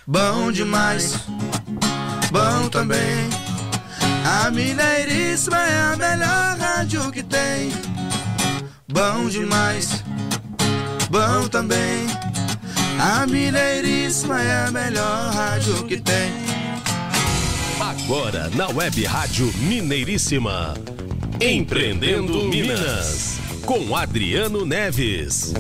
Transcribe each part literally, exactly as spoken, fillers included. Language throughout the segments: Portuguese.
bom demais, bom também. A Mineiríssima é a melhor rádio que tem. Bom demais, bom também. A Mineiríssima é a melhor rádio que tem. Agora na Web Rádio Mineiríssima, Empreendendo Minas, com Adriano Neves.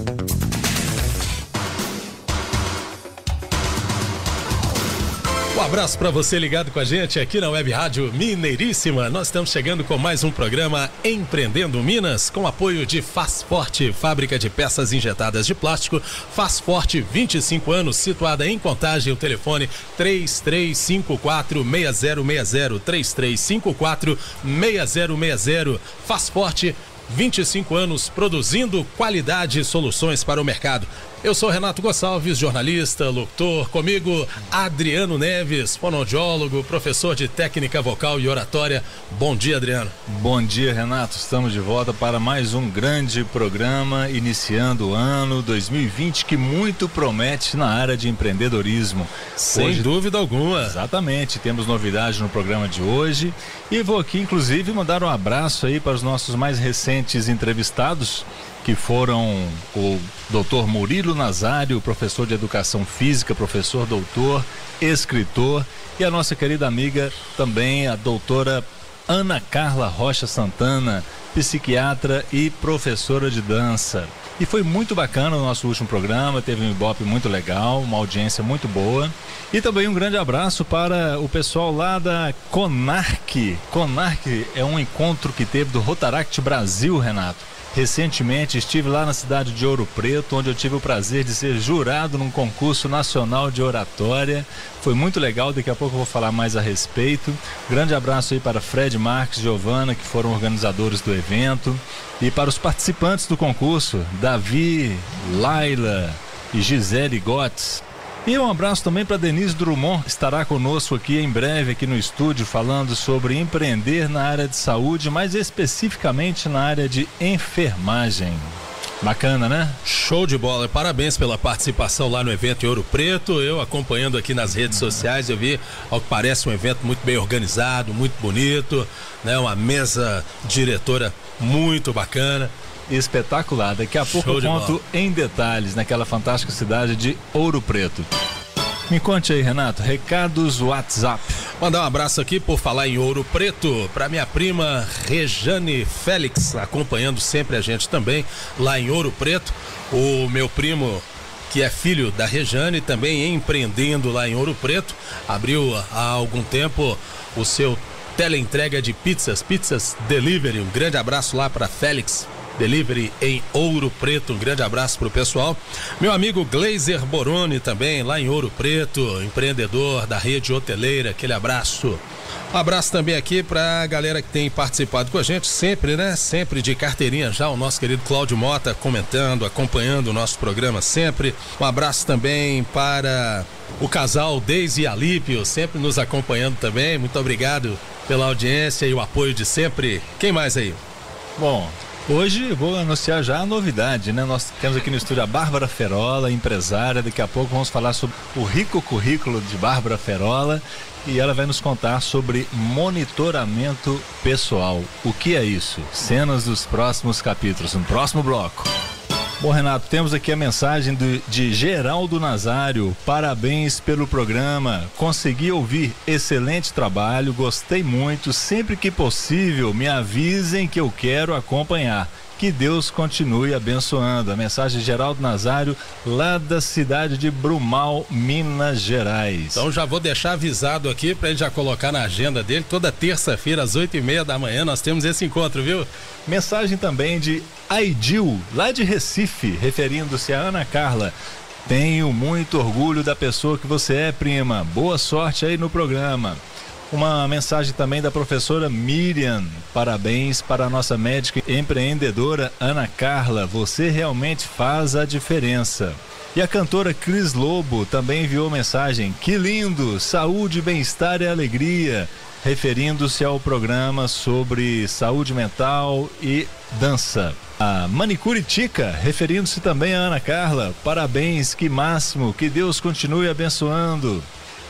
Um abraço para você ligado com a gente aqui na Web Rádio Mineiríssima. Nós estamos chegando com mais um programa Empreendendo Minas, com apoio de Faz Forte, fábrica de peças injetadas de plástico. Faz Forte, vinte e cinco anos, situada em Contagem. O telefone três três cinco quatro, seis zero seis zero, três três cinco quatro, seis zero seis zero. Faz Forte, vinte e cinco anos, produzindo qualidade e soluções para o mercado. Eu sou Renato Gonçalves, jornalista, locutor. Comigo, Adriano Neves, fonoaudiólogo, professor de técnica vocal e oratória. Bom dia, Adriano. Bom dia, Renato. Estamos de volta para mais um grande programa, iniciando o ano dois mil e vinte, que muito promete na área de empreendedorismo. Sem hoje, dúvida alguma. Exatamente. Temos novidade no programa de hoje. E vou aqui, inclusive, mandar um abraço aí para os nossos mais recentes entrevistados, que foram o doutor Murilo Nazário, professor de educação física, professor doutor, escritor, e a nossa querida amiga também, a doutora Ana Carla Rocha Santana, psiquiatra e professora de dança. E foi muito bacana o nosso último programa, teve um ibope muito legal, uma audiência muito boa. E também um grande abraço para o pessoal lá da CONARC. CONARC é um encontro que teve do Rotaract Brasil, Renato. Recentemente estive lá na cidade de Ouro Preto, onde eu tive o prazer de ser jurado num concurso nacional de oratória. Foi muito legal, daqui a pouco eu vou falar mais a respeito. Grande abraço aí para Fred Marques e Giovana, que foram organizadores do evento. E para os participantes do concurso, Davi, Laila e Gisele Gotts. E um abraço também para Denise Drummond, que estará conosco aqui em breve, aqui no estúdio, falando sobre empreender na área de saúde, mais especificamente na área de enfermagem. Bacana, né? Show de bola. Parabéns pela participação lá no evento em Ouro Preto. Eu acompanhando aqui nas redes sociais, eu vi, ao que parece, um evento muito bem organizado, muito bonito, né? Uma mesa diretora muito bacana. Espetacular. Daqui a pouco Show eu conto bola. em detalhes naquela fantástica cidade de Ouro Preto. Me conte aí, Renato, recados WhatsApp. Mandar um abraço aqui, por falar em Ouro Preto, para minha prima Rejane Félix, acompanhando sempre a gente também lá em Ouro Preto. O meu primo, que é filho da Rejane, também empreendendo lá em Ouro Preto, abriu há algum tempo o seu teleentrega de pizzas, Pizzas Delivery. Um grande abraço lá para Félix Delivery em Ouro Preto, um grande abraço pro pessoal. Meu amigo Gleiser Boroni também, lá em Ouro Preto, empreendedor da rede hoteleira, aquele abraço. Um abraço também aqui pra galera que tem participado com a gente, sempre, né? Sempre de carteirinha já, o nosso querido Cláudio Mota comentando, acompanhando o nosso programa sempre. Um abraço também para o casal Deise e Alípio, sempre nos acompanhando também. Muito obrigado pela audiência e o apoio de sempre. Quem mais aí? Bom, hoje vou anunciar já a novidade, né? Nós temos aqui no estúdio a Bárbara Ferola, empresária. Daqui a pouco vamos falar sobre o rico currículo de Bárbara Ferola e ela vai nos contar sobre monitoramento pessoal. O que é isso? Cenas dos próximos capítulos, no próximo bloco. Bom, Renato, temos aqui a mensagem do, de Geraldo Nazário. Parabéns pelo programa. Consegui ouvir. Excelente trabalho. Gostei muito. Sempre que possível, me avisem que eu quero acompanhar. Que Deus continue abençoando. A mensagem de Geraldo Nazário, lá da cidade de Brumal, Minas Gerais. Então já vou deixar avisado aqui para ele já colocar na agenda dele. Toda terça-feira, às oito e meia da manhã, nós temos esse encontro, viu? Mensagem também de Aidil, lá de Recife, referindo-se a Ana Carla. Tenho muito orgulho da pessoa que você é, prima. Boa sorte aí no programa. Uma mensagem também da professora Miriam. Parabéns para a nossa médica empreendedora Ana Carla. Você realmente faz a diferença. E a cantora Cris Lobo também enviou mensagem. Que lindo! Saúde, bem-estar e alegria. Referindo-se ao programa sobre saúde mental e dança. A Manicure Tica, referindo-se também a Ana Carla. Parabéns, que máximo, que Deus continue abençoando.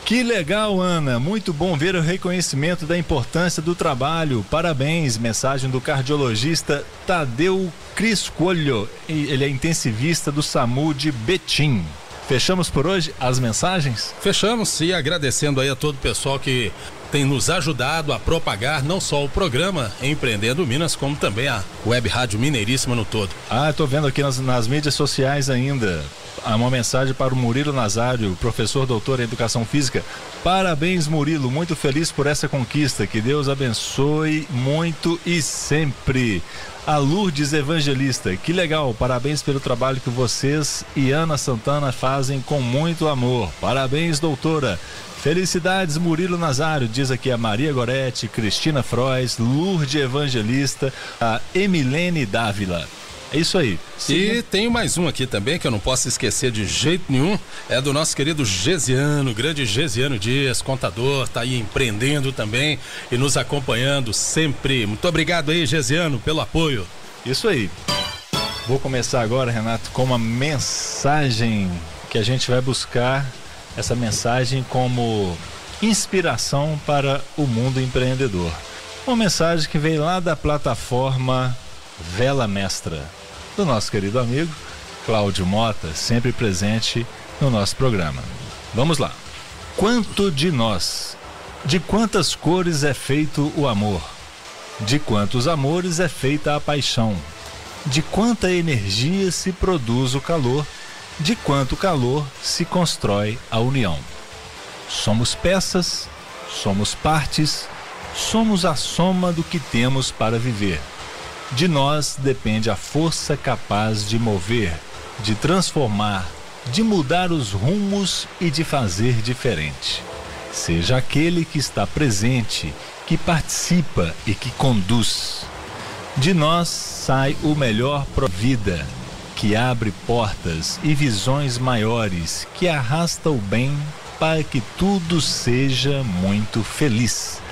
Que legal, Ana. Muito bom ver o reconhecimento da importância do trabalho. Parabéns. Mensagem do cardiologista Tadeu Criscolho. Ele é intensivista do SAMU de Betim. Fechamos por hoje as mensagens? Fechamos, e agradecendo aí a todo o pessoal que tem nos ajudado a propagar não só o programa Empreendendo Minas, como também a Web Rádio Mineiríssima no todo. Ah, estou vendo aqui nas, nas mídias sociais ainda. Há uma mensagem para o Murilo Nazário, professor doutor em Educação Física. Parabéns, Murilo, muito feliz por essa conquista. Que Deus abençoe muito e sempre. A Lourdes Evangelista, que legal, parabéns pelo trabalho que vocês e Ana Santana fazem com muito amor. Parabéns, doutora. Felicidades, Murilo Nazário, diz aqui a Maria Goretti, Cristina Frois, Lourdes Evangelista, a Emilene Dávila. É isso aí. Sim. E tem mais um aqui também que eu não posso esquecer de jeito nenhum, é do nosso querido Gesiano, grande Gesiano Dias, contador, tá aí empreendendo também e nos acompanhando sempre. Muito obrigado aí, Gesiano, pelo apoio. Isso aí. Vou começar agora, Renato, com uma mensagem que a gente vai buscar, essa mensagem como inspiração para o mundo empreendedor. Uma mensagem que veio lá da plataforma Vela Mestra, do nosso querido amigo Cláudio Mota, sempre presente no nosso programa. Vamos lá. Quanto de nós, de quantas cores é feito o amor? De quantos amores é feita a paixão? De quanta energia se produz o calor? De quanto calor se constrói a união? Somos peças, somos partes, somos a soma do que temos para viver. De nós depende a força capaz de mover, de transformar, de mudar os rumos e de fazer diferente. Seja aquele que está presente, que participa e que conduz. De nós sai o melhor para a vida, que abre portas e visões maiores, que arrasta o bem para que tudo seja muito feliz.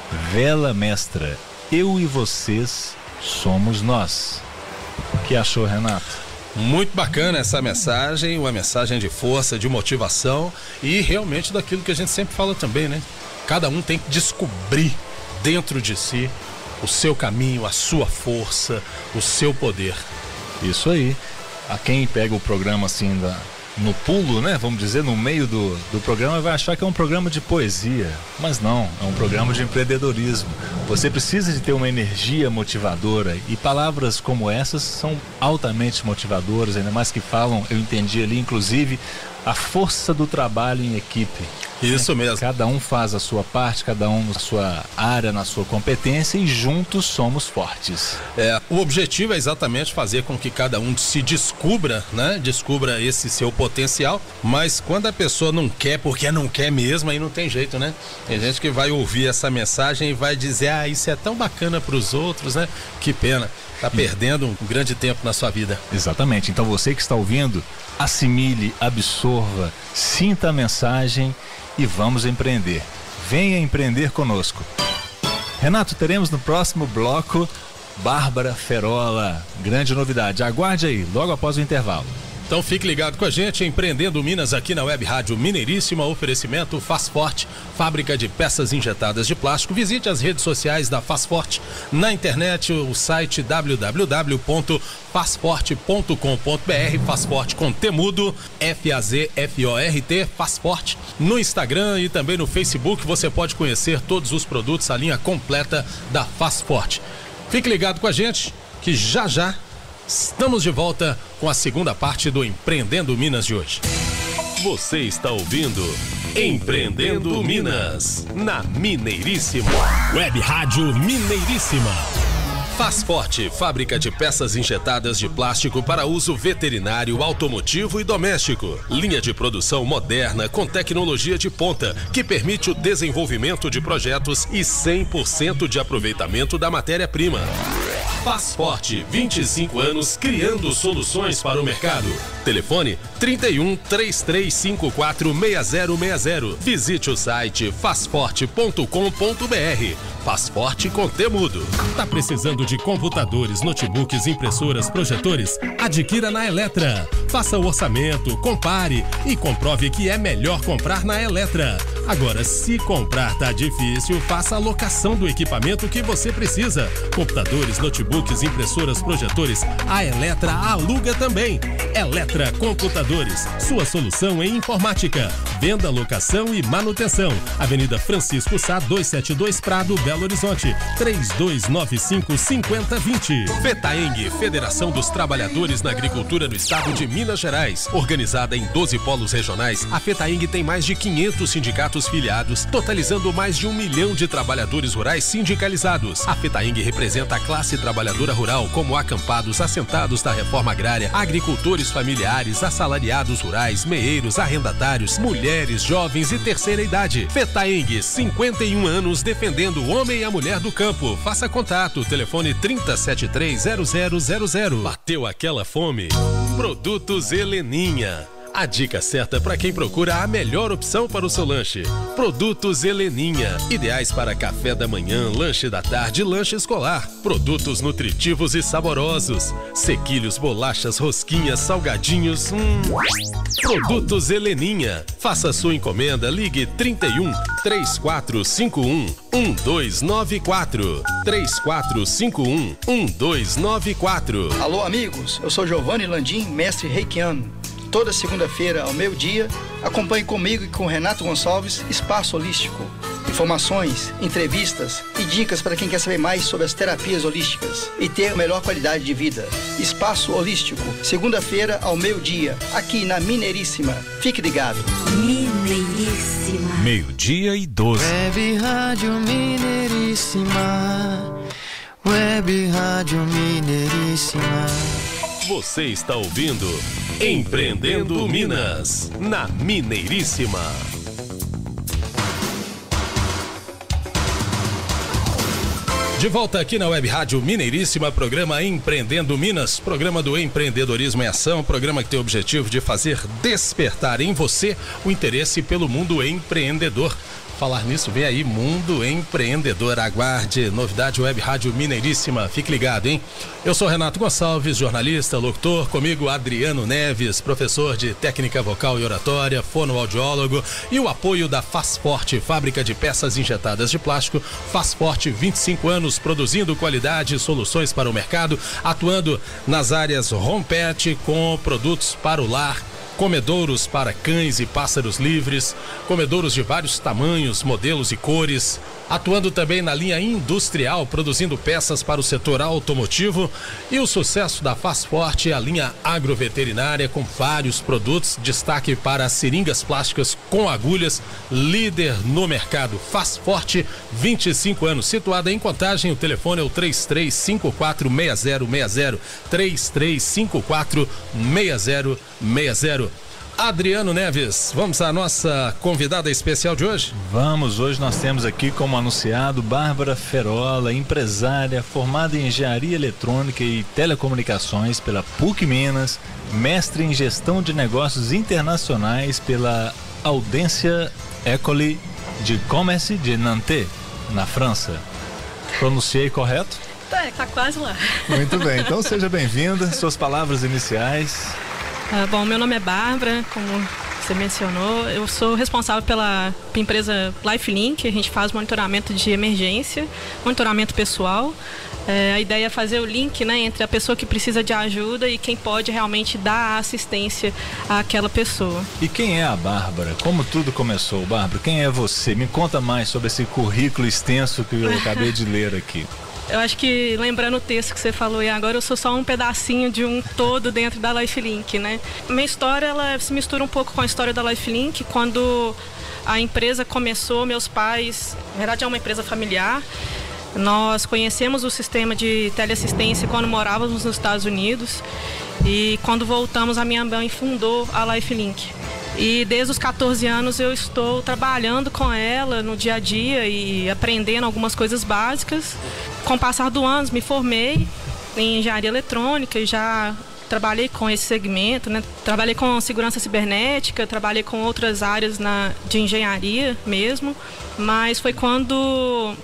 Vela Mestra, eu e vocês somos nós. O que achou, Renato? Muito bacana essa mensagem, uma mensagem de força, de motivação e realmente daquilo que a gente sempre fala também, né? Cada um tem que descobrir dentro de si o seu caminho, a sua força, o seu poder. Isso aí. A quem pega o programa assim da, no pulo, né? Vamos dizer, no meio do, do programa, vai achar que é um programa de poesia. Mas não, é um programa de empreendedorismo. Você precisa de ter uma energia motivadora e palavras como essas são altamente motivadoras, ainda mais que falam, eu entendi ali, inclusive, a força do trabalho em equipe. Isso mesmo. Cada um faz a sua parte, cada um na sua área, na sua competência e juntos somos fortes. É, o objetivo é exatamente fazer com que cada um se descubra, né? Descubra esse seu potencial, mas quando a pessoa não quer porque não quer mesmo, aí não tem jeito, né? Tem gente que vai ouvir essa mensagem e vai dizer, ah, isso é tão bacana para os outros, né? Que pena. Tá perdendo um grande tempo na sua vida. Exatamente. Então você que está ouvindo, assimile, absorva, sinta a mensagem e vamos empreender. Venha empreender conosco. Renato, teremos no próximo bloco Bárbara Ferola. Grande novidade. Aguarde aí, logo após o intervalo. Então fique ligado com a gente, Empreendendo Minas aqui na Web Rádio Mineiríssima, oferecimento Faz Forte, fábrica de peças injetadas de plástico. Visite as redes sociais da Faz Forte, na internet o site w w w ponto faz forte ponto com ponto b r, Faz Forte com temudo, F A Z F O R T, Faz Forte. No Instagram e também no Facebook você pode conhecer todos os produtos, a linha completa da Faz Forte. Fique ligado com a gente, que já já estamos de volta com a segunda parte do Empreendendo Minas de hoje. Você está ouvindo Empreendendo Minas, na Mineiríssima. Web Rádio Mineiríssima. Faz Forte, fábrica de peças injetadas de plástico para uso veterinário, automotivo e doméstico. Linha de produção moderna com tecnologia de ponta, que permite o desenvolvimento de projetos e cem por cento de aproveitamento da matéria-prima. Faz Forte, vinte e cinco anos criando soluções para o mercado. Telefone trinta e um, três três cinco quatro, seis zero seis zero. Visite o site faz forte ponto com ponto b r. Faz Forte Conteúdo. Tá precisando de computadores, notebooks, impressoras, projetores? Adquira na Eletra. Faça o orçamento, compare e comprove que é melhor comprar na Eletra. Agora, se comprar tá difícil, faça a locação do equipamento que você precisa. Computadores, notebooks, impressoras, projetores, a Eletra aluga também. Eletra Computadores, sua solução em informática. Venda, locação e manutenção. Avenida Francisco Sá, duzentos e setenta e dois Prado, Belo Horizonte. três dois nove cinco, cinco zero dois zero. FETAENG, Federação dos Trabalhadores na Agricultura no Estado de Minas Gerais. Organizada em doze polos regionais, a FETAENG tem mais de quinhentos sindicatos filiados, totalizando mais de um milhão de trabalhadores rurais sindicalizados. A FETAENG representa a classe trabalhadora rural, como acampados, assentados da reforma agrária, agricultores familiares, assalariados rurais, meeiros, arrendatários, mulheres, jovens e terceira idade. FETAENG, cinquenta e um anos defendendo o homem e a mulher do campo. Faça contato, telefone trinta, setenta e três, zero zero zero zero. Bateu aquela fome? Produtos Heleninha. A dica certa para quem procura a melhor opção para o seu lanche. Produtos Heleninha. Ideais para café da manhã, lanche da tarde e lanche escolar. Produtos nutritivos e saborosos. Sequilhos, bolachas, rosquinhas, salgadinhos. Hum. Produtos Heleninha. Faça sua encomenda. Ligue trinta e um, três quatro cinco um, um dois nove quatro. três quatro cinco um, um dois nove quatro. Alô, amigos. Eu sou Giovanni Landim, mestre reikiano. Toda segunda-feira, ao meio-dia, acompanhe comigo e com Renato Gonçalves, Espaço Holístico. Informações, entrevistas e dicas para quem quer saber mais sobre as terapias holísticas e ter a melhor qualidade de vida. Espaço Holístico, segunda-feira, ao meio-dia, aqui na Mineiríssima. Fique ligado. Mineiríssima. Meio-dia e doze. Web Rádio Mineiríssima. Web Rádio Mineiríssima. Você está ouvindo Empreendendo Minas, na Mineiríssima. De volta aqui na Web Rádio Mineiríssima, programa Empreendendo Minas, programa do empreendedorismo em ação, programa que tem o objetivo de fazer despertar em você o interesse pelo mundo empreendedor. Falar nisso, vem aí, Mundo Empreendedor. Aguarde, novidade Web Rádio Mineiríssima. Fique ligado, hein? Eu sou Renato Gonçalves, jornalista, locutor. Comigo, Adriano Neves, professor de técnica vocal e oratória, fonoaudiólogo. E o apoio da Faz Forte, fábrica de peças injetadas de plástico. Faz Forte, vinte e cinco anos, produzindo qualidade e soluções para o mercado, atuando nas áreas home pet com produtos para o lar, comedouros para cães e pássaros livres, comedouros de vários tamanhos, modelos e cores, atuando também na linha industrial, produzindo peças para o setor automotivo, e o sucesso da Faz Forte é a linha agroveterinária com vários produtos, destaque para as seringas plásticas com agulhas, líder no mercado. Faz Forte, vinte e cinco anos, situada em Contagem, o telefone é o três três cinco quatro, seis zero seis zero, três três cinco quatro, seis zero seis zero. Adriano Neves, vamos à nossa convidada especial de hoje? Vamos, hoje nós temos aqui como anunciado Bárbara Ferola, empresária, formada em Engenharia Eletrônica e Telecomunicações pela P U C Minas, mestre em Gestão de Negócios Internacionais pela Audencia École de Commerce de Nantes, na França. Pronunciei correto? Tá, tá quase lá. Muito bem, então seja bem-vinda, suas palavras iniciais. Ah, bom, meu nome é Bárbara, como você mencionou, eu sou responsável pela empresa Lifelink, a gente faz monitoramento de emergência, monitoramento pessoal. É, a ideia é fazer o link, né, entre a pessoa que precisa de ajuda e quem pode realmente dar assistência àquela pessoa. E quem é a Bárbara? Como tudo começou, Bárbara? Quem é você? Me conta mais sobre esse currículo extenso que eu acabei de ler aqui. Eu acho que, lembrando o texto que você falou aí agora, eu sou só um pedacinho de um todo dentro da Lifelink, né? Minha história, ela se mistura um pouco com a história da Lifelink. Quando a empresa começou, meus pais, na verdade é uma empresa familiar, nós conhecemos o sistema de teleassistência quando morávamos nos Estados Unidos, e quando voltamos, a minha mãe fundou a Lifelink. E desde os catorze anos eu estou trabalhando com ela no dia a dia e aprendendo algumas coisas básicas. Com o passar do ano, me formei em engenharia eletrônica e já trabalhei com esse segmento, né? Trabalhei com segurança cibernética, trabalhei com outras áreas na, de engenharia mesmo, mas foi quando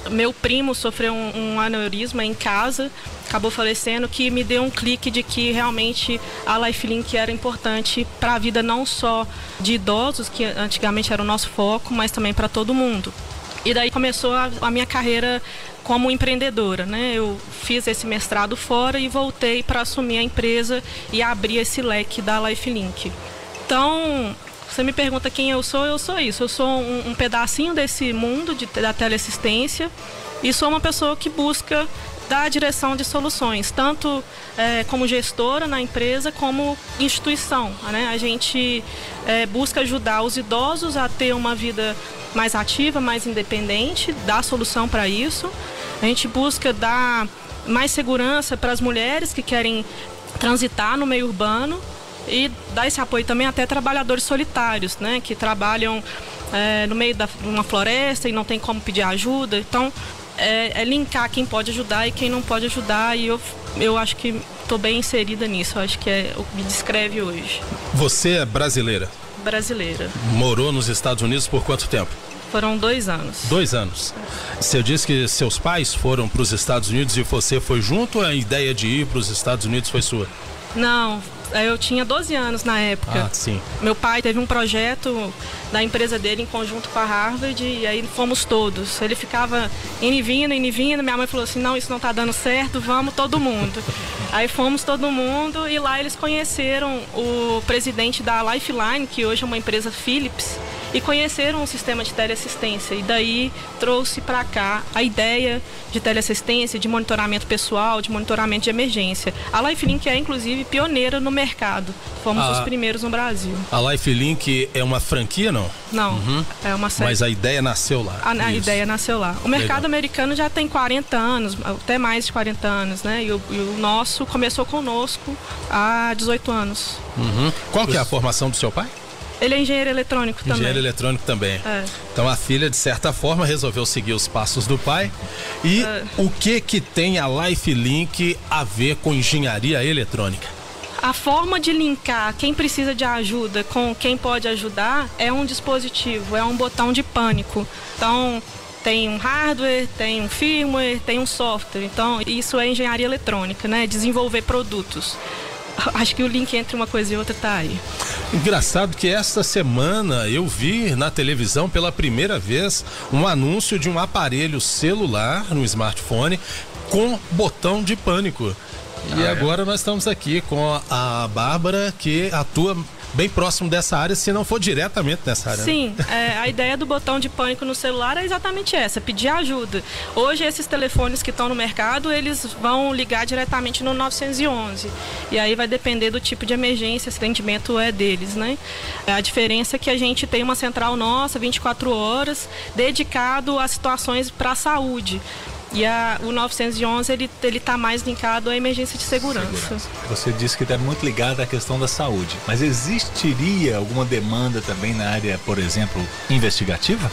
meu primo sofreu um, um aneurisma em casa, acabou falecendo, que me deu um clique de que realmente a Lifelink era importante para a vida não só de idosos, que antigamente era o nosso foco, mas também para todo mundo. E daí começou a, a minha carreira como empreendedora, né? Eu fiz esse mestrado fora e voltei para assumir a empresa e abrir esse leque da Lifelink. Então, você me pergunta quem eu sou, eu sou isso. Eu sou um, um pedacinho desse mundo de, da teleassistência e sou uma pessoa que busca dar direção de soluções, tanto é, como gestora na empresa, como instituição, né? A gente é, busca ajudar os idosos a ter uma vida mais ativa, mais independente, dar solução para isso. A gente busca dar mais segurança para as mulheres que querem transitar no meio urbano e dar esse apoio também até trabalhadores solitários, né? Que trabalham é, no meio de uma floresta e não tem como pedir ajuda. Então, É, é linkar quem pode ajudar e quem não pode ajudar, e eu, eu acho que estou bem inserida nisso, eu acho que é o que me descreve hoje. Você é brasileira? Brasileira. Morou nos Estados Unidos por quanto tempo? Foram dois anos. Dois anos. Você disse que seus pais foram para os Estados Unidos e você foi junto, ou a ideia de ir para os Estados Unidos foi sua? Não, eu tinha doze anos na época. Ah, sim. Meu pai teve um projeto da empresa dele em conjunto com a Harvard e aí fomos todos. Ele ficava indo e vindo, indo e vindo. Minha mãe falou assim, não, isso não tá dando certo, vamos todo mundo. Aí fomos todo mundo e lá eles conheceram o presidente da Lifeline, que hoje é uma empresa Philips, e conheceram o sistema de teleassistência. E daí trouxe para cá a ideia de teleassistência, de monitoramento pessoal, de monitoramento de emergência. A Lifelink é, inclusive, pioneira no mercado. Fomos a, os primeiros no Brasil. A Lifelink é uma franquia, não? Não, uhum. É uma série. Mas a ideia nasceu lá. A, a ideia nasceu lá. O mercado Legal. americano já tem quarenta anos, até mais de quarenta anos, né? E o, e o nosso começou conosco há dezoito anos. Uhum. Qual que é a formação do seu pai? Ele é engenheiro eletrônico também. Engenheiro eletrônico também. É. Então a filha, de certa forma, resolveu seguir os passos do pai. E é. o que que tem a Lifelink a ver com engenharia eletrônica? A forma de linkar quem precisa de ajuda com quem pode ajudar é um dispositivo, é um botão de pânico. Então, tem um hardware, tem um firmware, tem um software. Então, isso é engenharia eletrônica, né? Desenvolver produtos. Acho que o link entre uma coisa e outra tá aí. Engraçado que esta semana eu vi na televisão pela primeira vez um anúncio de um aparelho celular, um smartphone, com botão de pânico. E ah, agora é? nós estamos aqui com a Bárbara, que atua bem próximo dessa área, se não for diretamente nessa área. Sim, né? é, a ideia do botão de pânico no celular é exatamente essa, pedir ajuda. Hoje esses telefones que estão no mercado, eles vão ligar diretamente no nove um um. E aí vai depender do tipo de emergência, esse atendimento é deles, né? A diferença é que a gente tem uma central nossa, vinte e quatro horas, dedicado a situações para a saúde. E a, o nove um um, ele ele está mais linkado à emergência de segurança. segurança. Você disse que está muito ligado à questão da saúde, mas existiria alguma demanda também na área, por exemplo, investigativa?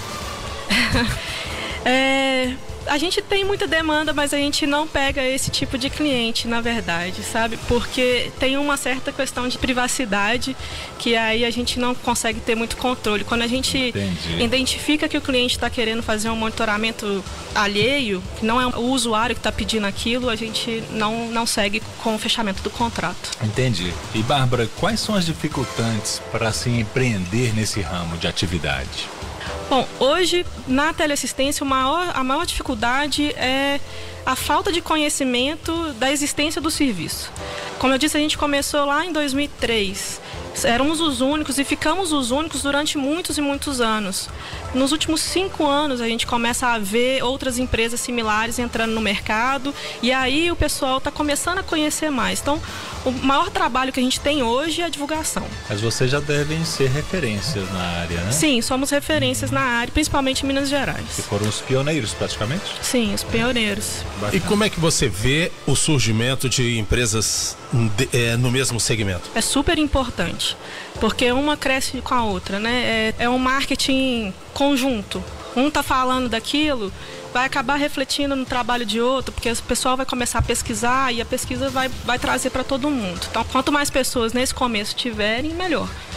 é... A gente tem muita demanda, mas a gente não pega esse tipo de cliente, na verdade, sabe? Porque tem uma certa questão de privacidade que aí a gente não consegue ter muito controle. Quando a gente Entendi. identifica que o cliente está querendo fazer um monitoramento alheio, que não é o usuário que está pedindo aquilo, a gente não, não segue com o fechamento do contrato. Entendi. E, Bárbara, quais são as dificultantes para se empreender nesse ramo de atividade? Bom, hoje na teleassistência o maior, a maior dificuldade é a falta de conhecimento da existência do serviço. Como eu disse, a gente começou lá em dois mil e três. Éramos os únicos e ficamos os únicos durante muitos e muitos anos. Nos últimos cinco anos a gente começa a ver outras empresas similares entrando no mercado e aí o pessoal está começando a conhecer mais. Então, o maior trabalho que a gente tem hoje é a divulgação. Mas vocês já devem ser referências na área, né? Sim, somos referências hum. na área, principalmente em Minas Gerais. E foram os pioneiros praticamente? Sim, os pioneiros. Bacana. E como é que você vê o surgimento de empresas de, é, no mesmo segmento? É super importante, porque uma cresce com a outra, né? É, é um marketing conjunto. Um tá falando daquilo, vai acabar refletindo no trabalho de outro, porque o pessoal vai começar a pesquisar e a pesquisa vai, vai trazer para todo mundo. Então, quanto mais pessoas nesse começo tiverem, melhor.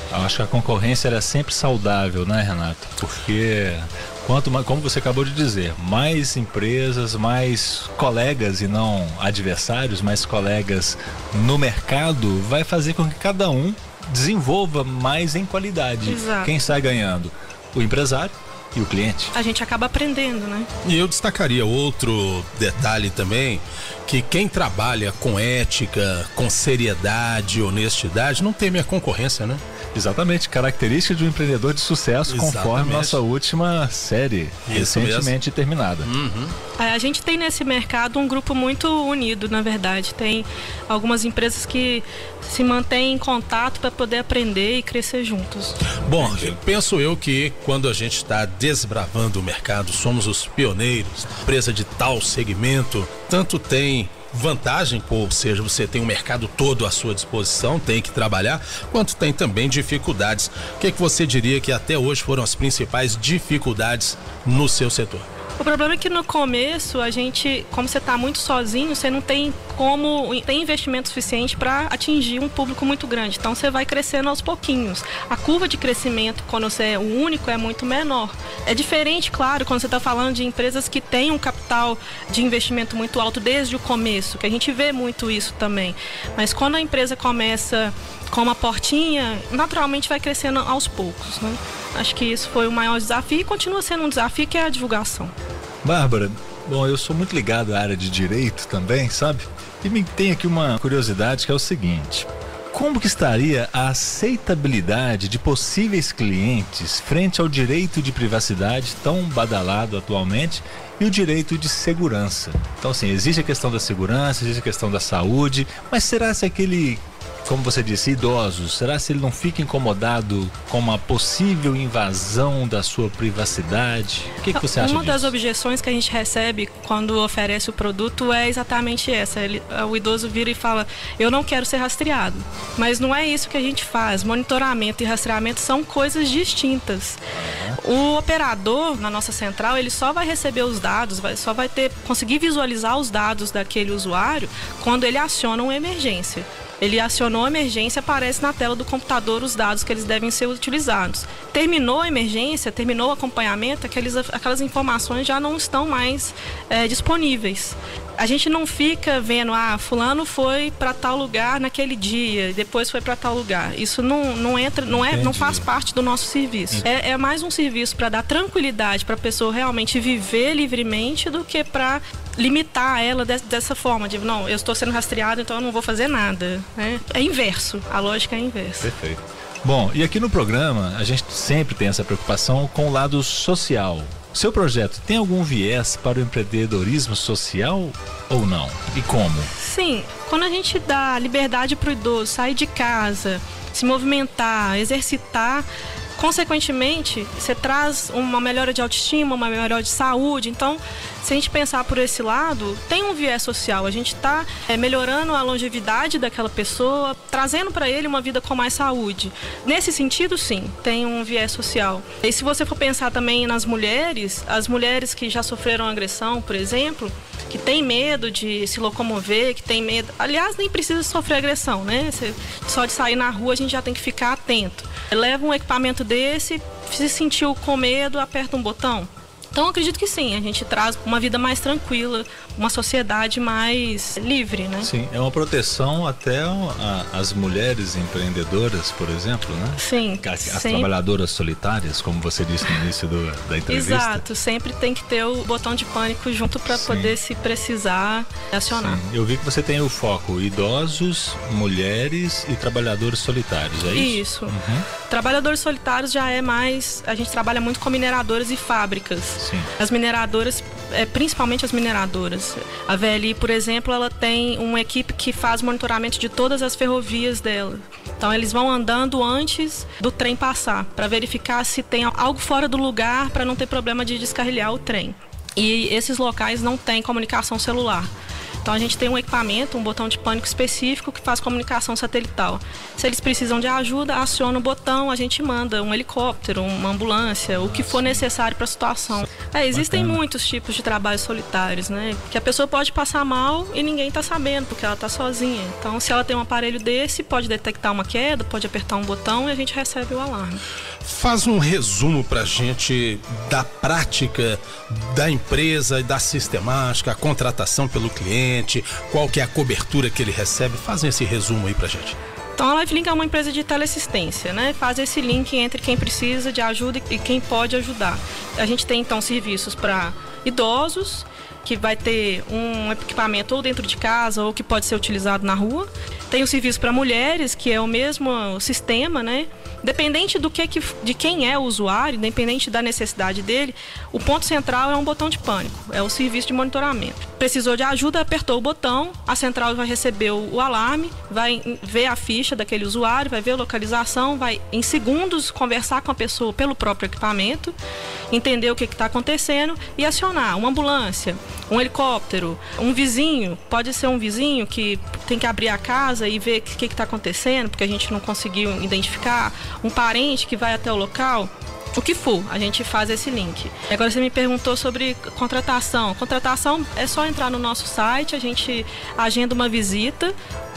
Eu acho que a concorrência ela é sempre saudável, né, Renato? Porque quanto mais, como você acabou de dizer, mais empresas, mais colegas e não adversários, mais colegas no mercado, vai fazer com que cada um desenvolva mais em qualidade. Exato. Quem sai ganhando? O empresário e o cliente. A gente acaba aprendendo, né? E eu destacaria outro detalhe também, que quem trabalha com ética, com seriedade, honestidade, não teme a concorrência, né? Exatamente, característica de um empreendedor de sucesso. Exatamente. Conforme nossa última série, isso recentemente mesmo. Terminada. Uhum. A gente tem nesse mercado um grupo muito unido, na verdade. Tem algumas empresas que se mantêm em contato para poder aprender e crescer juntos. Bom, penso eu que quando a gente está desbravando o mercado, somos os pioneiros, empresa de tal segmento, tanto tem vantagem, ou seja, você tem o mercado todo à sua disposição, tem que trabalhar, quanto tem também dificuldades. O que, é que você diria que até hoje foram as principais dificuldades no seu setor? O problema é que no começo, a gente, como você está muito sozinho, você não tem como, tem investimento suficiente para atingir um público muito grande. Então você vai crescendo aos pouquinhos. A curva de crescimento, quando você é o único, é muito menor. É diferente, claro, quando você está falando de empresas que têm um capital de investimento muito alto desde o começo, que a gente vê muito isso também. Mas quando a empresa começa com uma portinha, naturalmente vai crescendo aos poucos, né? Acho que isso foi o maior desafio e continua sendo um desafio, que é a divulgação. Bárbara, bom, eu sou muito ligado à área de direito também, sabe? E me tem aqui uma curiosidade, que é o seguinte: como que estaria a aceitabilidade de possíveis clientes frente ao direito de privacidade tão badalado atualmente e o direito de segurança? Então, assim, existe a questão da segurança, existe a questão da saúde, mas será se aquele, como você disse, idosos, será se ele não fica incomodado com uma possível invasão da sua privacidade? O que, que você acha Uma disso? das objeções que a gente recebe quando oferece o produto é exatamente essa. Ele, o idoso vira e fala: eu não quero ser rastreado. Mas não é isso que a gente faz. Monitoramento e rastreamento são coisas distintas. Uhum. O operador, na nossa central, ele só vai receber os dados, vai, só vai ter, conseguir visualizar os dados daquele usuário quando ele aciona uma emergência. Ele acionou a emergência, aparece na tela do computador os dados que eles devem ser utilizados. Terminou a emergência, terminou o acompanhamento, aqueles, aquelas informações já não estão mais é, disponíveis. A gente não fica vendo, ah, fulano foi para tal lugar naquele dia, depois foi para tal lugar. Isso não, não entra, não, é, não faz parte do nosso serviço. É, é mais um serviço para dar tranquilidade para a pessoa realmente viver livremente do que para limitar ela de, dessa forma, de não, eu estou sendo rastreado, então eu não vou fazer nada. Né? É inverso, a lógica é inversa. Perfeito. Bom, e aqui no programa a gente sempre tem essa preocupação com o lado social. Seu projeto tem algum viés para o empreendedorismo social ou não? E como? Sim, quando a gente dá liberdade para o idoso sair de casa, se movimentar, exercitar, consequentemente, você traz uma melhora de autoestima, uma melhora de saúde. Então, se a gente pensar por esse lado, tem um viés social. A gente está é, melhorando a longevidade daquela pessoa, trazendo para ele uma vida com mais saúde. Nesse sentido, sim, tem um viés social. E se você for pensar também nas mulheres, as mulheres que já sofreram agressão, por exemplo, que tem medo de se locomover, que tem medo... Aliás, nem precisa sofrer agressão, né? Você, só de sair na rua a gente já tem que ficar atento. Leva um equipamento desse, se sentiu com medo, aperta um botão. Então, eu acredito que sim, a gente traz uma vida mais tranquila, uma sociedade mais livre, né? Sim, é uma proteção até a, as mulheres empreendedoras, por exemplo, né? Sim. As, as trabalhadoras solitárias, como você disse no início do, da entrevista. Exato, sempre tem que ter o botão de pânico junto para poder, se precisar, acionar. Sim. Eu vi que você tem o foco idosos, mulheres e trabalhadores solitários, é isso? Isso. Uhum. Trabalhadores solitários já é mais... A gente trabalha muito com mineradoras e fábricas. Sim. As mineradoras, é, principalmente as mineradoras. A V L I, por exemplo, ela tem uma equipe que faz monitoramento de todas as ferrovias dela. Então, eles vão andando antes do trem passar, para verificar se tem algo fora do lugar, para não ter problema de descarrilhar o trem. E esses locais não têm comunicação celular. Então a gente tem um equipamento, um botão de pânico específico que faz comunicação satelital. Se eles precisam de ajuda, aciona o botão, a gente manda um helicóptero, uma ambulância, o que for necessário para a situação. É, existem Bacana. muitos tipos de trabalhos solitários, né? Que a pessoa pode passar mal e ninguém está sabendo, porque ela está sozinha. Então, se ela tem um aparelho desse, pode detectar uma queda, pode apertar um botão e a gente recebe o alarme. Faz um resumo pra gente da prática da empresa e da sistemática, a contratação pelo cliente, qual que é a cobertura que ele recebe. Faz esse resumo aí pra gente. Então a LifeLink é uma empresa de teleassistência, né? Faz esse link entre quem precisa de ajuda e quem pode ajudar. A gente tem então serviços para idosos, que vai ter um equipamento ou dentro de casa ou que pode ser utilizado na rua. Tem o serviço para mulheres, que é o mesmo sistema, né? Dependente do que, de quem é o usuário, independente da necessidade dele, o ponto central é um botão de pânico, é o serviço de monitoramento. Precisou de ajuda, apertou o botão, a central vai receber o, o alarme, vai ver a ficha daquele usuário, vai ver a localização, vai em segundos conversar com a pessoa pelo próprio equipamento, entender o que está acontecendo e acionar uma ambulância, um helicóptero, um vizinho, pode ser um vizinho que tem que abrir a casa e ver o que está acontecendo, porque a gente não conseguiu identificar, um parente que vai até o local, o que for, a gente faz esse link. Agora você me perguntou sobre contratação. Contratação é só entrar no nosso site, a gente agenda uma visita,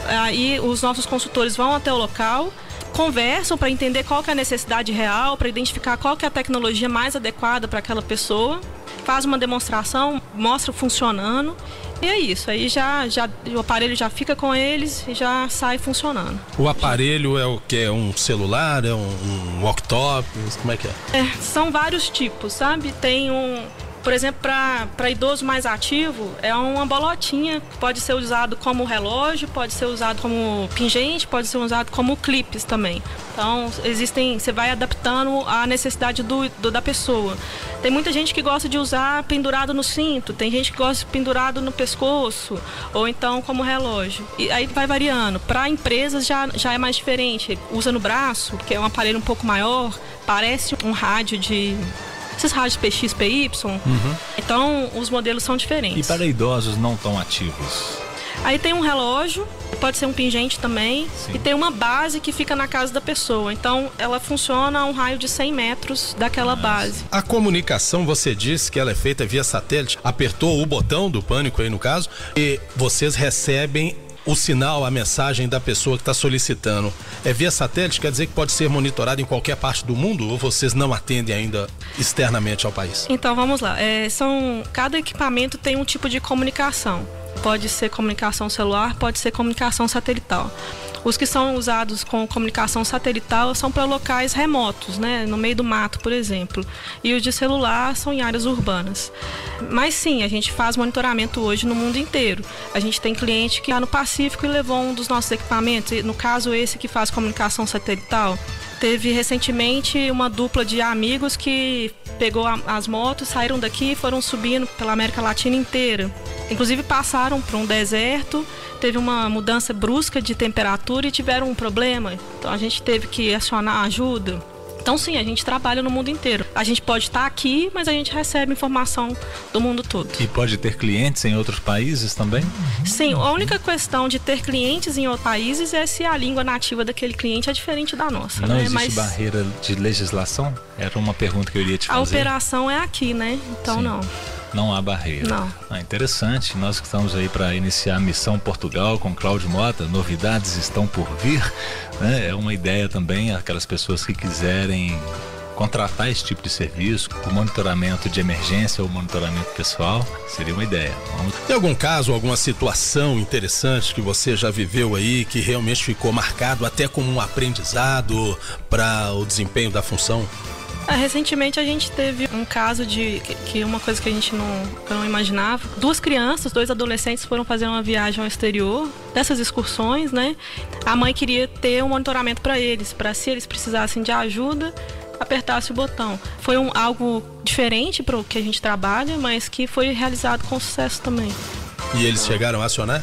aí os nossos consultores vão até o local, conversam para entender qual que é a necessidade real, para identificar qual que é a tecnologia mais adequada para aquela pessoa, faz uma demonstração, mostra funcionando. E é isso, aí já, já, o aparelho já fica com eles e já sai funcionando. O aparelho é o que? É um celular, é um, um walkie-talkie, como é que é? É? São vários tipos, sabe? Tem um, por exemplo, para idoso mais ativo, é uma bolotinha, pode ser usado como relógio, pode ser usado como pingente, pode ser usado como clipes também. Então, existem, você vai adaptando à necessidade do, do, da pessoa. Tem muita gente que gosta de usar pendurado no cinto, tem gente que gosta de pendurado no pescoço, ou então como relógio. E aí vai variando. Para empresas já, já é mais diferente. Usa no braço, que é um aparelho um pouco maior, parece um rádio de... esses rádios P X, P Y. Uhum. Então, os modelos são diferentes. E para idosos não tão ativos? Aí tem um relógio, pode ser um pingente também. Sim. E tem uma base que fica na casa da pessoa. Então, ela funciona a um raio de cem metros daquela Nossa. base. A comunicação, você disse que ela é feita via satélite. Apertou o botão do pânico aí no caso, e vocês recebem o sinal, a mensagem da pessoa que está solicitando. É via satélite, quer dizer que pode ser monitorado em qualquer parte do mundo, ou vocês não atendem ainda externamente ao país? Então vamos lá, é, são, cada equipamento tem um tipo de comunicação. Pode ser comunicação celular, pode ser comunicação satelital. Os que são usados com comunicação satelital são para locais remotos, né? No meio do mato, por exemplo. E os de celular são em áreas urbanas. Mas sim, a gente faz monitoramento hoje no mundo inteiro. A gente tem cliente que está no Pacífico e levou um dos nossos equipamentos. No caso, esse que faz comunicação satelital. Teve recentemente uma dupla de amigos que pegou a, as motos, saíram daqui e foram subindo pela América Latina inteira. Inclusive passaram por um deserto, teve uma mudança brusca de temperatura e tiveram um problema. Então a gente teve que acionar ajuda. Então sim, a gente trabalha no mundo inteiro. A gente pode estar aqui, mas a gente recebe informação do mundo todo. E pode ter clientes em outros países também? Sim, a única questão de ter clientes em outros países é se a língua nativa daquele cliente é diferente da nossa. Não né? existe mas... barreira de legislação? Era uma pergunta que eu iria te fazer. A operação é aqui, né? Então sim. não. Não há barreira. Não. Ah, interessante. Nós que estamos aí para iniciar a Missão Portugal com Cláudio Mota, novidades estão por vir, né? É uma ideia também, aquelas pessoas que quiserem contratar esse tipo de serviço, o monitoramento de emergência ou monitoramento pessoal, seria uma ideia. Vamos... Tem algum caso, alguma situação interessante que você já viveu aí, que realmente ficou marcado até como um aprendizado para o desempenho da função? É, recentemente a gente teve um caso de que, que uma coisa que a gente não, eu não imaginava. Duas crianças, dois adolescentes foram fazer uma viagem ao exterior, dessas excursões, né? A mãe queria ter um monitoramento para eles, para se eles precisassem de ajuda, apertasse o botão. Foi um, algo diferente para o que a gente trabalha, mas que foi realizado com sucesso também. E eles chegaram a acionar?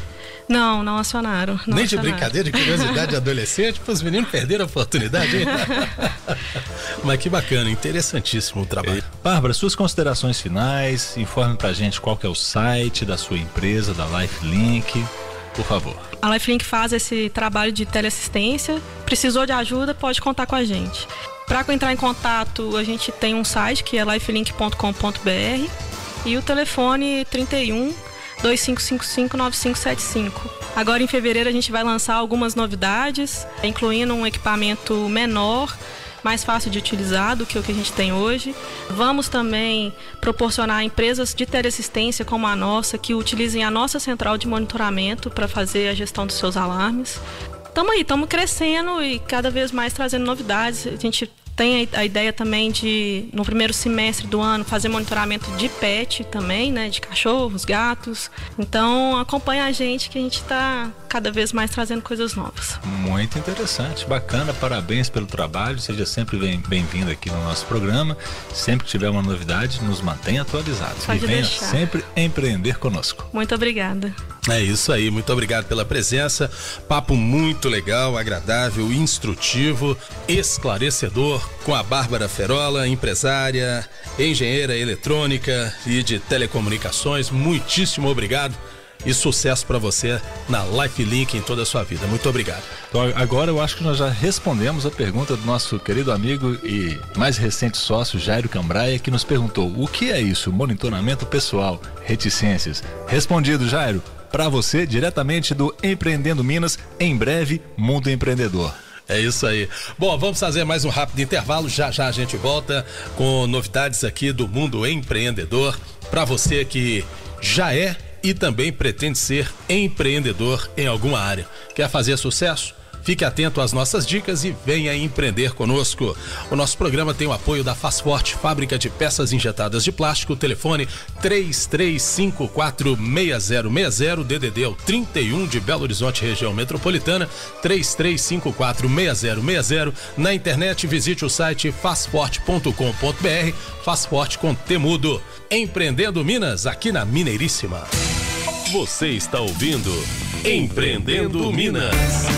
Não, não acionaram. Não Nem acionaram. de brincadeira, de curiosidade de adolescente, para os meninos perderam a oportunidade, hein? Mas que bacana, interessantíssimo o trabalho. Bárbara, suas considerações finais, informe pra gente qual que é o site da sua empresa, da Lifelink, por favor. A Lifelink faz esse trabalho de teleassistência. Precisou de ajuda, pode contar com a gente. Para entrar em contato, a gente tem um site que é lifelink ponto com ponto b r e o telefone trinta e um, dois cinco cinco cinco, nove cinco sete cinco. Agora em fevereiro a gente vai lançar algumas novidades, incluindo um equipamento menor, mais fácil de utilizar do que o que a gente tem hoje. Vamos também proporcionar a empresas de teleassistência como a nossa, que utilizem a nossa central de monitoramento para fazer a gestão dos seus alarmes. Estamos aí, estamos crescendo e cada vez mais trazendo novidades. A gente tem a ideia também de, no primeiro semestre do ano, fazer monitoramento de pet também, né? De cachorros, gatos. Então, acompanha a gente que a gente está cada vez mais trazendo coisas novas. Muito interessante, bacana, parabéns pelo trabalho. Seja sempre bem-vindo aqui no nosso programa. Sempre que tiver uma novidade, nos mantenha atualizados. Pode e venha deixar. sempre empreender conosco. Muito obrigada. É isso aí, muito obrigado pela presença. Papo muito legal, agradável, instrutivo, esclarecedor com a Bárbara Ferola, empresária, engenheira eletrônica e de telecomunicações. Muitíssimo obrigado e sucesso para você na Lifelink em toda a sua vida. Muito obrigado. Então, agora eu acho que nós já respondemos a pergunta do nosso querido amigo e mais recente sócio, Jairo Cambraia, que nos perguntou: o que é isso? Monitoramento pessoal, reticências. Respondido, Jairo. Para você, diretamente do Empreendendo Minas, em breve, Mundo Empreendedor. É isso aí. Bom, vamos fazer mais um rápido intervalo. Já já a gente volta com novidades aqui do Mundo Empreendedor. Para você que já é e também pretende ser empreendedor em alguma área. Quer fazer sucesso? Fique atento às nossas dicas e venha empreender conosco. O nosso programa tem o apoio da Fazforte, fábrica de peças injetadas de plástico. Telefone três três cinco quatro, seis zero seis zero, D D D é o trinta e um de Belo Horizonte, região metropolitana, três três cinco quatro, seis zero seis zero. Na internet, visite o site fazforte ponto com ponto b r. Fazforte com T mudo. Empreendendo Minas, aqui na Mineiríssima. Você está ouvindo Empreendendo Minas.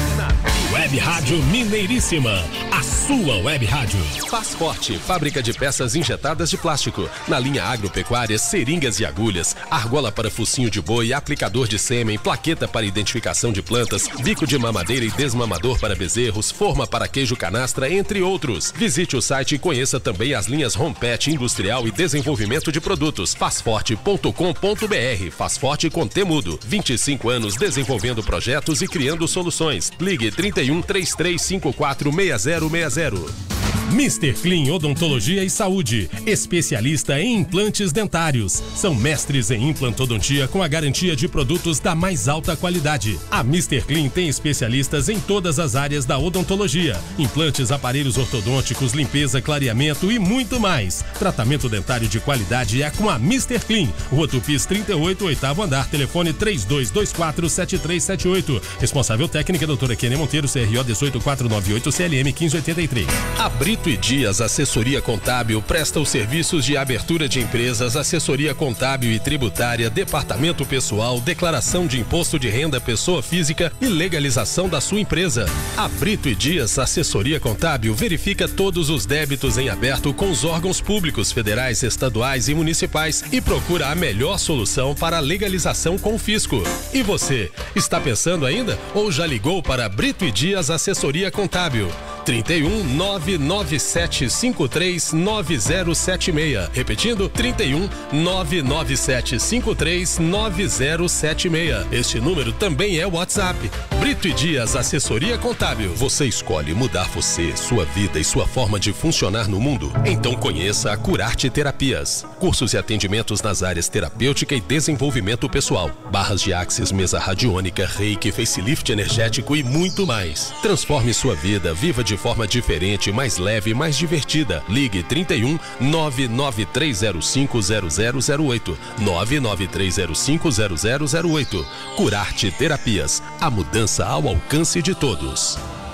Web Rádio Mineiríssima, a sua web rádio. Fazforte, fábrica de peças injetadas de plástico. Na linha agropecuária, seringas e agulhas, argola para focinho de boi, aplicador de sêmen, plaqueta para identificação de plantas, bico de mamadeira e desmamador para bezerros, forma para queijo canastra, entre outros. Visite o site e conheça também as linhas Rompet Industrial e Desenvolvimento de Produtos. fazforte ponto com ponto b r. Fazforte com T mudo. vinte e cinco anos desenvolvendo projetos e criando soluções. Ligue trinta e um, três três cinco quatro, seis zero seis zero. mister Clean Odontologia e Saúde, especialista em implantes dentários. São mestres em implantodontia com a garantia de produtos da mais alta qualidade. A mister Clean tem especialistas em todas as áreas da odontologia: implantes, aparelhos ortodônticos, limpeza, clareamento e muito mais. Tratamento dentário de qualidade é com a mister Clean. Rua Tupis trinta e oito, oitavo andar, telefone três dois dois quatro, sete três sete oito. Responsável técnica, doutora Kênia Monteiro, C R O dezoito quatrocentos e noventa e oito, C L M quinze oitenta e três. A Brito e Dias Assessoria Contábil presta os serviços de abertura de empresas, assessoria contábil e tributária, departamento pessoal, declaração de imposto de renda pessoa física e legalização da sua empresa. A Brito e Dias Assessoria Contábil verifica todos os débitos em aberto com os órgãos públicos, federais, estaduais e municipais e procura a melhor solução para a legalização com o fisco. E você, está pensando ainda ou já ligou para a Brito e Dias Assessoria Contábil? trinta e um, nove nove sete cinco três, nove zero sete seis. Repetindo, trinta e um, nove nove sete cinco três, nove zero sete seis. Este número também é o WhatsApp. Brito e Dias Assessoria Contábil. Você escolhe mudar você, sua vida e sua forma de funcionar no mundo? Então conheça a Curarte Terapias. Cursos e atendimentos nas áreas terapêutica e desenvolvimento pessoal. Barras de axis, mesa radiônica, reiki, facelift energético e muito mais. Transforme sua vida, viva de forma diferente, mais leve, mais divertida. Ligue trinta e um, nove nove três zero cinco, zero zero zero oito, nove nove três zero cinco, zero zero zero oito. Curarte Terapias, a mudança ao alcance de todos.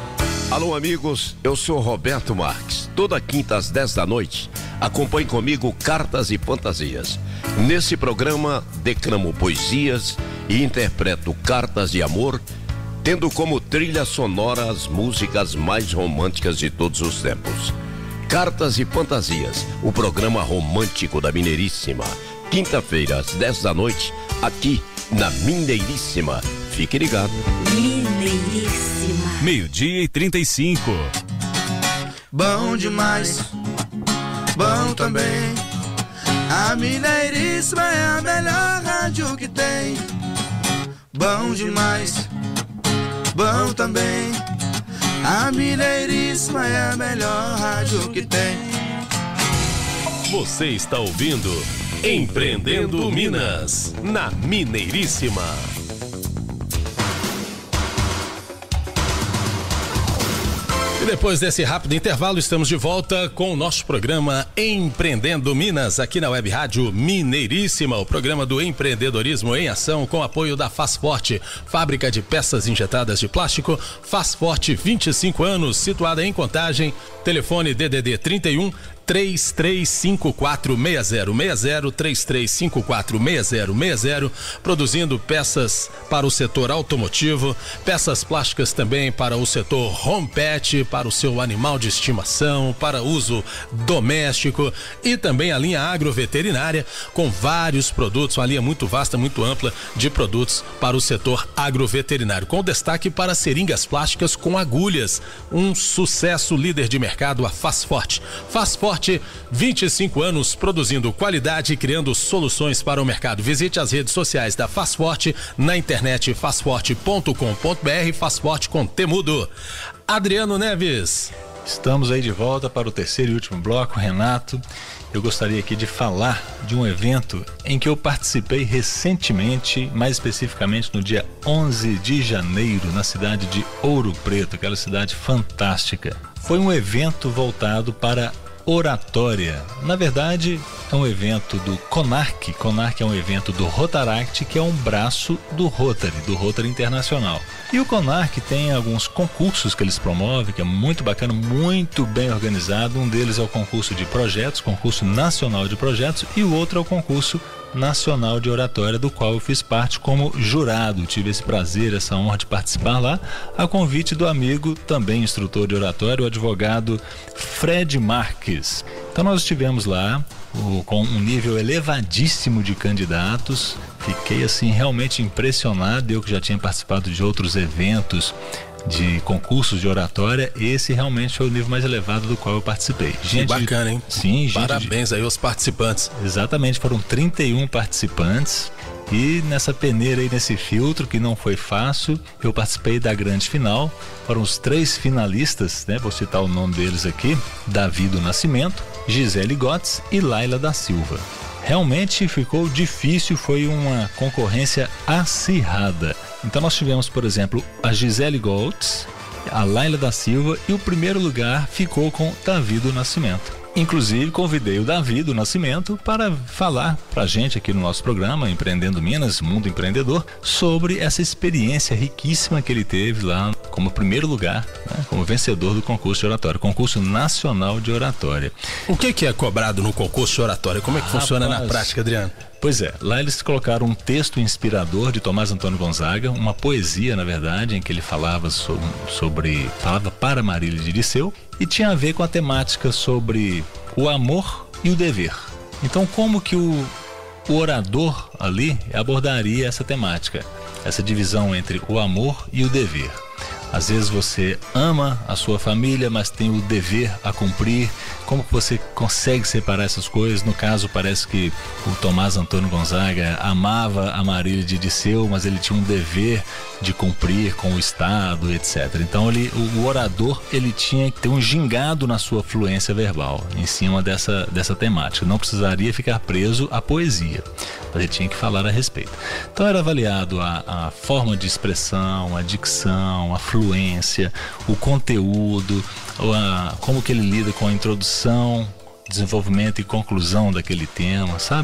Alô, amigos, eu sou Roberto Marques. Toda quinta às dez da noite, acompanhe comigo Cartas e Fantasias. Nesse programa, declamo poesias e interpreto cartas de amor, tendo como trilha sonora as músicas mais românticas de todos os tempos. Cartas e Fantasias, o programa romântico da Mineiríssima. Quinta-feira, às dez da noite, aqui na Mineiríssima. Fique ligado. Mineiríssima. Meio-dia e trinta e cinco. Bom demais, bom também. A Mineiríssima é a melhor rádio que tem. Bom demais, bom também. A Mineiríssima é a melhor rádio que tem. Você está ouvindo Empreendendo Minas, na Mineiríssima. E depois desse rápido intervalo, estamos de volta com o nosso programa Empreendendo Minas, aqui na Web Rádio Mineiríssima, o programa do empreendedorismo em ação com apoio da Fazforte, fábrica de peças injetadas de plástico. Fazforte, vinte e cinco anos, situada em Contagem. Telefone D D D trinta e um, três três cinco quatro, seis zero seis zero, três três cinco quatro, seis zero seis zero, produzindo peças para o setor automotivo, peças plásticas também para o setor home pet, para o seu animal de estimação, para uso doméstico, e também a linha agroveterinária, com vários produtos, uma linha muito vasta, muito ampla de produtos para o setor agroveterinário, com destaque para seringas plásticas com agulhas, um sucesso, líder de mercado, a Fazforte. Fazforte, vinte e cinco anos produzindo qualidade e criando soluções para o mercado. Visite as redes sociais da Fazforte na internet fazforte ponto com ponto br, Fazforte com Temudo. Adriano Neves. Estamos aí de volta para o terceiro e último bloco. Renato, eu gostaria aqui de falar de um evento em que eu participei recentemente, mais especificamente no dia onze de janeiro, na cidade de Ouro Preto, aquela cidade fantástica. Foi um evento voltado para oratória. Na verdade, é um evento do CONARC. CONARC é um evento do Rotaract, que é um braço do Rotary, do Rotary Internacional. E o CONARC tem alguns concursos que eles promovem, que é muito bacana, muito bem organizado. Um deles é o concurso de projetos, concurso nacional de projetos, e o outro é o concurso nacional de oratória, do qual eu fiz parte como jurado. Tive esse prazer, essa honra de participar lá, a convite do amigo, também instrutor de oratória, o advogado Fred Marques. Então nós estivemos lá o, com um nível elevadíssimo de candidatos. Fiquei assim realmente impressionado, eu que já tinha participado de outros eventos de concursos de oratória, esse realmente foi o nível mais elevado do qual eu participei. Gente, que bacana, hein? Sim, gente. Parabéns aí aos participantes. Exatamente, foram trinta e um participantes. E nessa peneira aí, nesse filtro, que não foi fácil, eu participei da grande final. Foram os três finalistas, né? Vou citar o nome deles aqui: Davi do Nascimento, Gisele Gotts e Laila da Silva. Realmente ficou difícil, foi uma concorrência acirrada. Então nós tivemos, por exemplo, a Gisele Gotts, a Laila da Silva, e o primeiro lugar ficou com Davi do Nascimento. Inclusive convidei o Davi do Nascimento para falar pra gente aqui no nosso programa Empreendendo Minas, Mundo Empreendedor, sobre essa experiência riquíssima que ele teve lá como primeiro lugar, né, como vencedor do concurso de oratória, concurso nacional de oratória. O que, que é cobrado no concurso de oratória? Como é que ah, funciona rapaz, na prática, Adriano? Pois é, lá eles colocaram um texto inspirador de Tomás Antônio Gonzaga, uma poesia, na verdade, em que ele falava sobre, sobre falava para Marília de Dirceu, e tinha a ver com a temática sobre o amor e o dever. Então, como que o, o orador ali abordaria essa temática, essa divisão entre o amor e o dever? Às vezes você ama a sua família, mas tem o dever a cumprir. Como que você consegue separar essas coisas? No caso, parece que o Tomás Antônio Gonzaga amava a Marília de Dirceu, mas ele tinha um dever de cumprir com o Estado, etcétera. Então ele, o, o orador ele tinha que ter um gingado na sua fluência verbal em cima dessa, dessa temática. Não precisaria ficar preso à poesia, mas ele tinha que falar a respeito. Então era avaliado a, a forma de expressão, a dicção, a fluência, o conteúdo, a, como que ele lida com a introdução, desenvolvimento e conclusão daquele tema, sabe?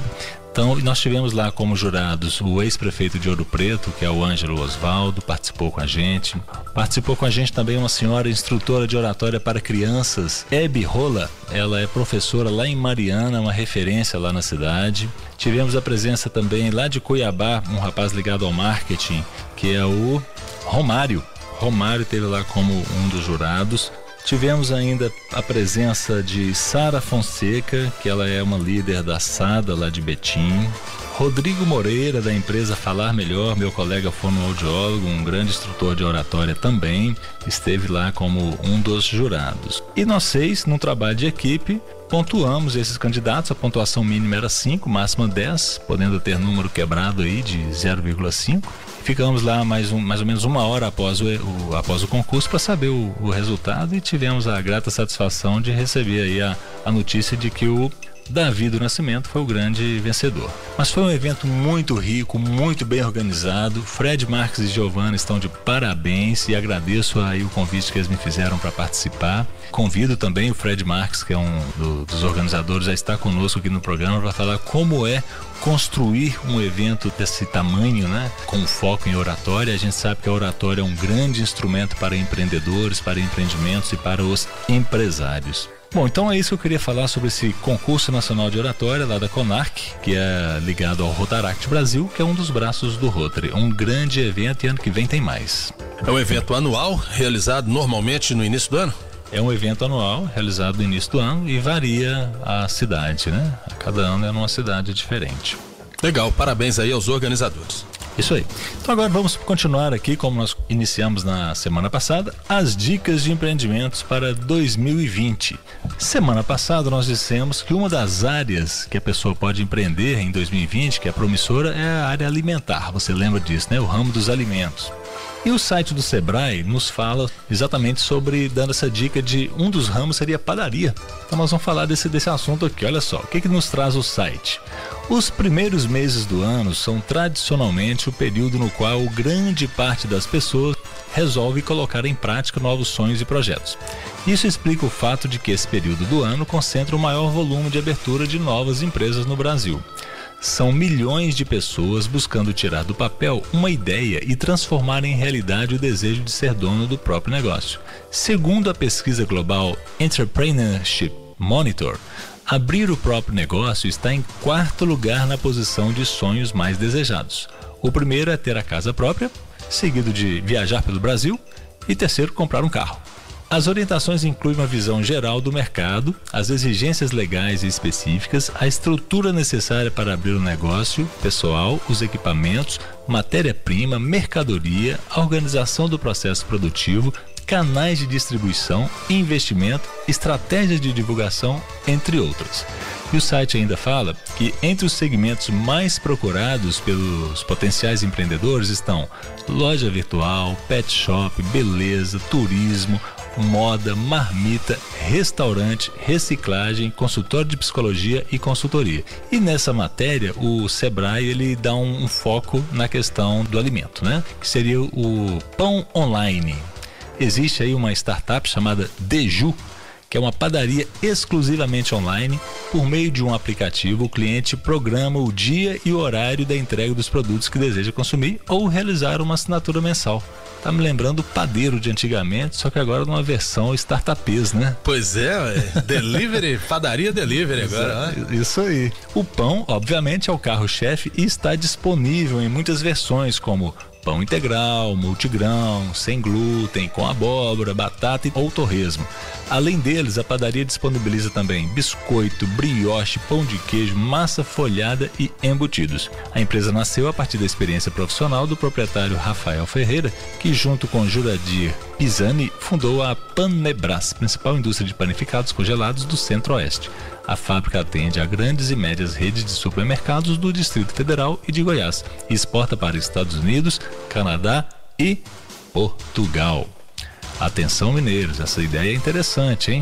Então, nós tivemos lá como jurados o ex-prefeito de Ouro Preto, que é o Ângelo Osvaldo, participou com a gente. Participou com a gente também uma senhora instrutora de oratória para crianças, Hebe Rola. Ela é professora lá em Mariana, uma referência lá na cidade. Tivemos a presença também lá de Cuiabá, um rapaz ligado ao marketing, que é o Romário. Romário esteve lá como um dos jurados. Tivemos ainda a presença de Sara Fonseca, que ela é uma líder da SADA lá de Betim. Rodrigo Moreira, da empresa Falar Melhor, meu colega fonoaudiólogo, um grande instrutor de oratória também, esteve lá como um dos jurados. E nós seis, num trabalho de equipe, pontuamos esses candidatos. A pontuação mínima era cinco, máxima dez, podendo ter número quebrado aí de zero vírgula cinco. Ficamos lá mais, um, mais ou menos uma hora após o, o, após o concurso para saber o, o resultado, e tivemos a grata satisfação de receber aí a, a notícia de que o Davi do Nascimento foi o grande vencedor. Mas foi um evento muito rico, muito bem organizado. Fred Marques e Giovana estão de parabéns e agradeço aí o convite que eles me fizeram para participar. Convido também o Fred Marques, que é um do, dos organizadores, a estar conosco aqui no programa para falar como é construir um evento desse tamanho, né? Com foco em oratória. A gente sabe que a oratória é um grande instrumento para empreendedores, para empreendimentos e para os empresários. Bom, então é isso que eu queria falar sobre esse concurso nacional de oratória lá da CONARC, que é ligado ao Rotaract Brasil, que é um dos braços do Rotary. Um grande evento, e ano que vem tem mais. É um evento anual, realizado normalmente no início do ano? É um evento anual, realizado no início do ano, e varia a cidade, né? Cada ano é numa cidade diferente. Legal, parabéns aí aos organizadores. Isso aí. Então agora vamos continuar aqui, como nós iniciamos na semana passada, as dicas de empreendimentos para dois mil e vinte. Semana passada nós dissemos que uma das áreas que a pessoa pode empreender em dois mil e vinte, que é promissora, é a área alimentar. Você lembra disso, né? O ramo dos alimentos. E o site do Sebrae nos fala exatamente sobre, dando essa dica de um dos ramos seria padaria. Então nós vamos falar desse, desse assunto aqui. Olha só, o que que nos traz o site? Os primeiros meses do ano são tradicionalmente o período no qual grande parte das pessoas resolve colocar em prática novos sonhos e projetos. Isso explica o fato de que esse período do ano concentra o maior volume de abertura de novas empresas no Brasil. São milhões de pessoas buscando tirar do papel uma ideia e transformar em realidade o desejo de ser dono do próprio negócio. Segundo a pesquisa global Entrepreneurship Monitor, abrir o próprio negócio está em quarto lugar na posição de sonhos mais desejados. O primeiro é ter a casa própria, seguido de viajar pelo Brasil, e terceiro, comprar um carro. As orientações incluem uma visão geral do mercado, as exigências legais e específicas, a estrutura necessária para abrir o negócio, pessoal, os equipamentos, matéria-prima, mercadoria, a organização do processo produtivo, canais de distribuição, investimento, estratégias de divulgação, entre outras. E o site ainda fala que entre os segmentos mais procurados pelos potenciais empreendedores estão loja virtual, pet shop, beleza, turismo, moda, marmita, restaurante, reciclagem, consultório de psicologia e consultoria. E nessa matéria, o Sebrae ele dá um, um foco na questão do alimento, né? Que seria o pão online. Existe aí uma startup chamada Deju, que é uma padaria exclusivamente online. Por meio de um aplicativo, o cliente programa o dia e o horário da entrega dos produtos que deseja consumir ou realizar uma assinatura mensal. Tá me lembrando o padeiro de antigamente, só que agora numa versão startupês, né? Pois é, é delivery, padaria delivery agora. Né? Isso aí. O pão, obviamente, é o carro-chefe e está disponível em muitas versões, como pão integral, multigrão, sem glúten, com abóbora, batata ou torresmo. Além deles, a padaria disponibiliza também biscoito, brioche, pão de queijo, massa folhada e embutidos. A empresa nasceu a partir da experiência profissional do proprietário Rafael Ferreira, que junto com Juradir Pisani fundou a Panebras, principal indústria de panificados congelados do Centro-Oeste. A fábrica atende a grandes e médias redes de supermercados do Distrito Federal e de Goiás e exporta para Estados Unidos, Canadá e Portugal. Atenção, mineiros, essa ideia é interessante, hein?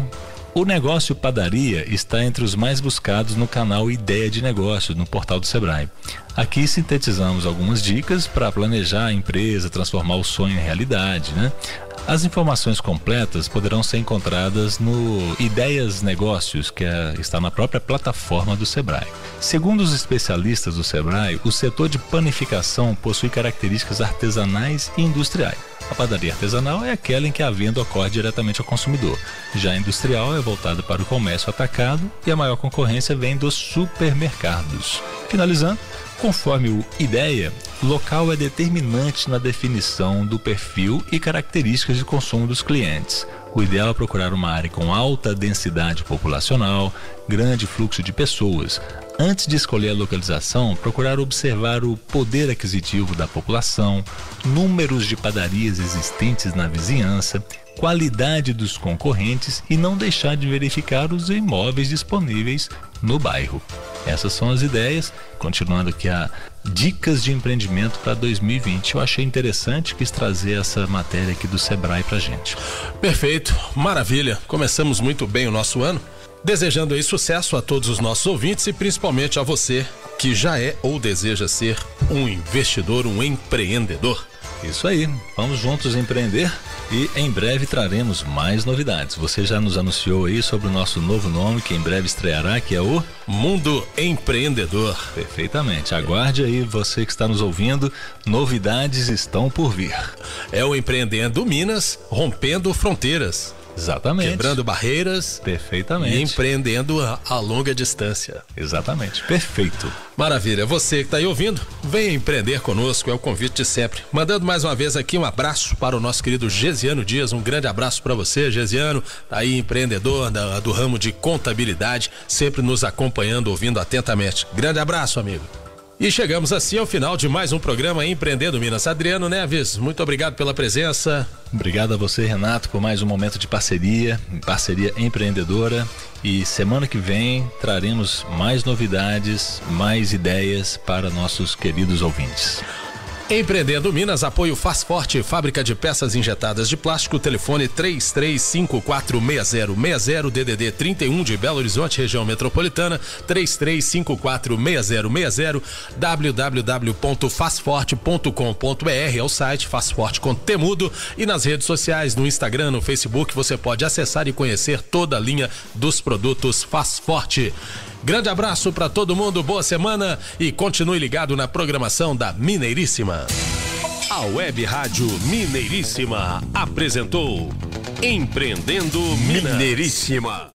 O negócio padaria está entre os mais buscados no canal Ideia de Negócios, no portal do Sebrae. Aqui sintetizamos algumas dicas para planejar a empresa, transformar o sonho em realidade, né? As informações completas poderão ser encontradas no Ideias Negócios, que é, está na própria plataforma do Sebrae. Segundo os especialistas do Sebrae, o setor de panificação possui características artesanais e industriais. A padaria artesanal é aquela em que a venda ocorre diretamente ao consumidor. Já a industrial é voltada para o comércio atacado e a maior concorrência vem dos supermercados. Finalizando, conforme o Ideia, o local é determinante na definição do perfil e características de consumo dos clientes. O ideal é procurar uma área com alta densidade populacional, grande fluxo de pessoas. Antes de escolher a localização, procurar observar o poder aquisitivo da população, números de padarias existentes na vizinhança, qualidade dos concorrentes e não deixar de verificar os imóveis disponíveis no bairro. Essas são as ideias. Continuando aqui a dicas de empreendimento para dois mil e vinte. Eu achei interessante, quis trazer essa matéria aqui do Sebrae pra gente. Perfeito, maravilha. Começamos muito bem o nosso ano. Desejando aí sucesso a todos os nossos ouvintes e principalmente a você que já é ou deseja ser um investidor, um empreendedor. Isso aí, vamos juntos empreender e em breve traremos mais novidades. Você já nos anunciou aí sobre o nosso novo nome que em breve estreará, que é o Mundo Empreendedor. Perfeitamente, aguarde aí você que está nos ouvindo, novidades estão por vir. É o Empreendendo Minas, rompendo fronteiras. Exatamente. Quebrando barreiras. Perfeitamente. E empreendendo a, a longa distância. Exatamente, perfeito. Maravilha, você que está aí ouvindo, venha empreender conosco, é o convite de sempre. Mandando mais uma vez aqui um abraço para o nosso querido Gesiano Dias, um grande abraço para você, Gesiano, tá aí empreendedor da, do ramo de contabilidade, sempre nos acompanhando, ouvindo atentamente. Grande abraço, amigo. E chegamos assim ao final de mais um programa Empreendendo Minas. Adriano Neves, muito obrigado pela presença. Obrigado a você, Renato, por mais um momento de parceria, parceria empreendedora. E semana que vem traremos mais novidades, mais ideias para nossos queridos ouvintes. Empreendendo Minas, apoio Faz Forte, fábrica de peças injetadas de plástico, telefone três três cinco quatro seis zero seis zero, D D D trinta e um de Belo Horizonte, região metropolitana, três três cinco quatro seis zero seis zero, w w w ponto faz forte ponto com ponto b r é o site, Faz Forte com Temudo, e nas redes sociais, no Instagram, no Facebook, você pode acessar e conhecer toda a linha dos produtos Faz Forte. Grande abraço para todo mundo, boa semana e continue ligado na programação da Mineiríssima. A Web Rádio Mineiríssima apresentou Empreendendo Minas. Mineiríssima.